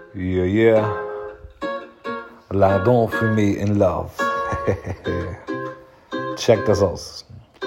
Yeah, yeah. La Don Fumé in Love. Check das aus.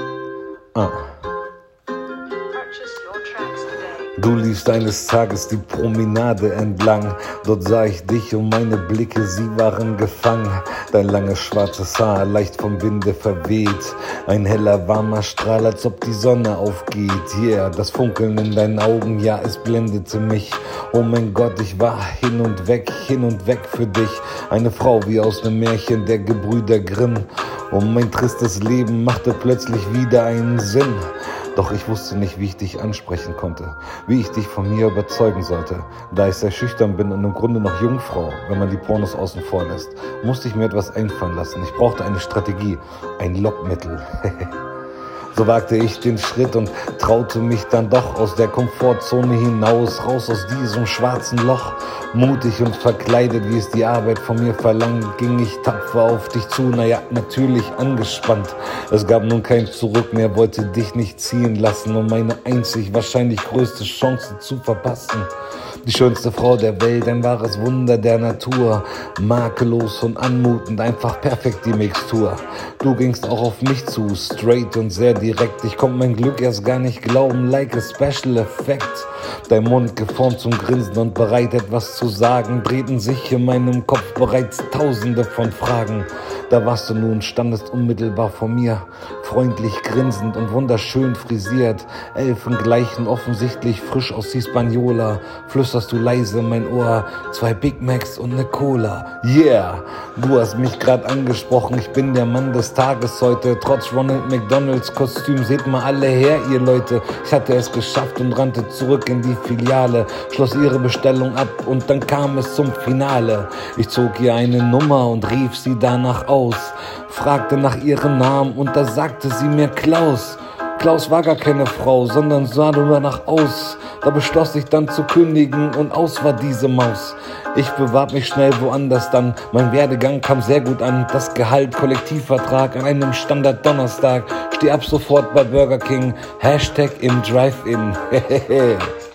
Du liefst eines Tages die Promenade entlang, dort sah ich dich und meine Blicke, sie waren gefangen. Dein langes schwarzes Haar, leicht vom Winde verweht, ein heller warmer Strahl, als ob die Sonne aufgeht. Yeah, das Funkeln in deinen Augen, ja, es blendete mich. Oh mein Gott, ich war hin und weg für dich. Eine Frau wie aus nem Märchen der Gebrüder Grimm. Und mein tristes Leben machte plötzlich wieder einen Sinn. Doch ich wusste nicht, wie ich dich ansprechen konnte, wie ich dich von mir überzeugen sollte. Da ich sehr schüchtern bin und im Grunde noch Jungfrau, wenn man die Pornos außen vor lässt, musste ich mir etwas einfallen lassen. Ich brauchte eine Strategie, ein Lockmittel. So wagte ich den Schritt und traute mich dann doch aus der Komfortzone hinaus, raus aus diesem schwarzen Loch. Mutig und verkleidet, wie es die Arbeit von mir verlangt, ging ich tapfer auf dich zu, naja, natürlich angespannt. Es gab nun kein Zurück mehr, wollte dich nicht ziehen lassen, um meine einzig wahrscheinlich größte Chance zu verpassen. Die schönste Frau der Welt, ein wahres Wunder der Natur, makellos und anmutend, einfach perfekt die Mixtur. Du gingst auch auf mich zu, straight und sehr direkt, ich konnte mein Glück erst gar nicht glauben, like a special effect. Dein Mund geformt zum Grinsen und bereit etwas zu sagen, drehten sich in meinem Kopf bereits tausende von Fragen. Da warst du nun, standest unmittelbar vor mir, freundlich grinsend und wunderschön frisiert, elfengleich und offensichtlich frisch aus Hispaniola, flüsterst du leise in mein Ohr, 2 Big Macs und ne Cola. Yeah, du hast mich grad angesprochen, ich bin der Mann des Tages heute, trotz Ronald McDonalds Kostüm, seht mal alle her, ihr Leute. Ich hatte es geschafft und rannte zurück in die Filiale, schloss ihre Bestellung ab und dann kam es zum Finale. Ich zog ihr eine Nummer und rief sie danach aus, fragte nach ihrem Namen und da sagte sie mir Klaus. Klaus war gar keine Frau, sondern sah nur danach aus. Da beschloss ich dann zu kündigen und aus war diese Maus. Ich bewarb mich schnell woanders dann, mein Werdegang kam sehr gut an. Das Gehalt, Kollektivvertrag an einem Standard Donnerstag. Steh ab sofort bei Burger King, Hashtag im Drive-In.